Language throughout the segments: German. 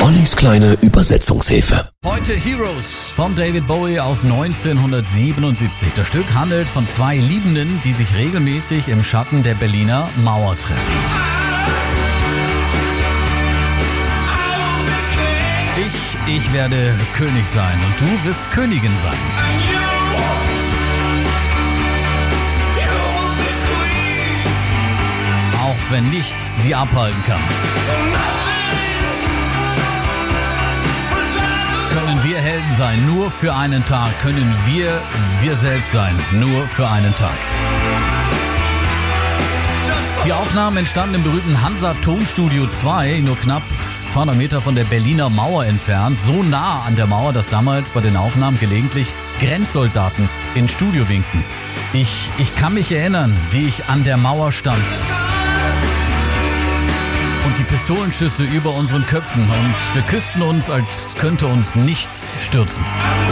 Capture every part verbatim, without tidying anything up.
Ollis kleine Übersetzungshilfe. Heute Heroes von David Bowie aus neunzehnhundertsiebenundsiebzig. Das Stück handelt von zwei Liebenden, die sich regelmäßig im Schatten der Berliner Mauer treffen. Ich, ich werde König sein und du wirst Königin sein. Auch wenn nichts sie abhalten kann. Können wir Helden sein, nur für einen Tag. Können wir wir selbst sein, nur für einen Tag. Die Aufnahmen entstanden im berühmten Hansa Tonstudio zwei, nur knapp zweihundert Meter von der Berliner Mauer entfernt. So nah an der Mauer, dass damals bei den Aufnahmen gelegentlich Grenzsoldaten ins Studio winkten. Ich, ich kann mich erinnern, wie ich an der Mauer stand. Und die Pistolenschüsse über unseren Köpfen und wir küssten uns, als könnte uns nichts stürzen.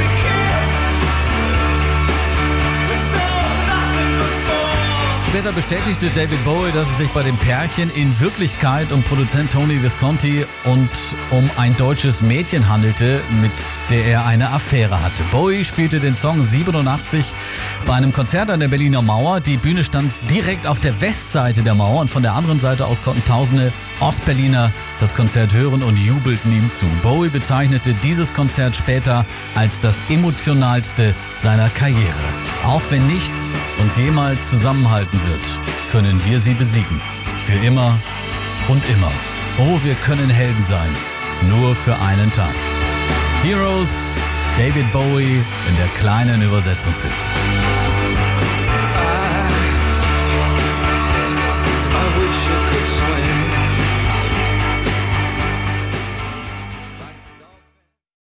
Später bestätigte David Bowie, dass es sich bei dem Pärchen in Wirklichkeit um Produzent Tony Visconti und um ein deutsches Mädchen handelte, mit der er eine Affäre hatte. Bowie spielte den Song siebenundachtzig bei einem Konzert an der Berliner Mauer. Die Bühne stand direkt auf der Westseite der Mauer und von der anderen Seite aus konnten tausende Ostberliner das Konzert hören und jubelten ihm zu. Bowie bezeichnete dieses Konzert später als das emotionalste seiner Karriere. Auch wenn nichts uns jemals zusammenhalten wird, können wir sie besiegen. Für immer und immer. Oh, wir können Helden sein. Nur für einen Tag. Heroes, David Bowie in der kleinen Übersetzungshilfe.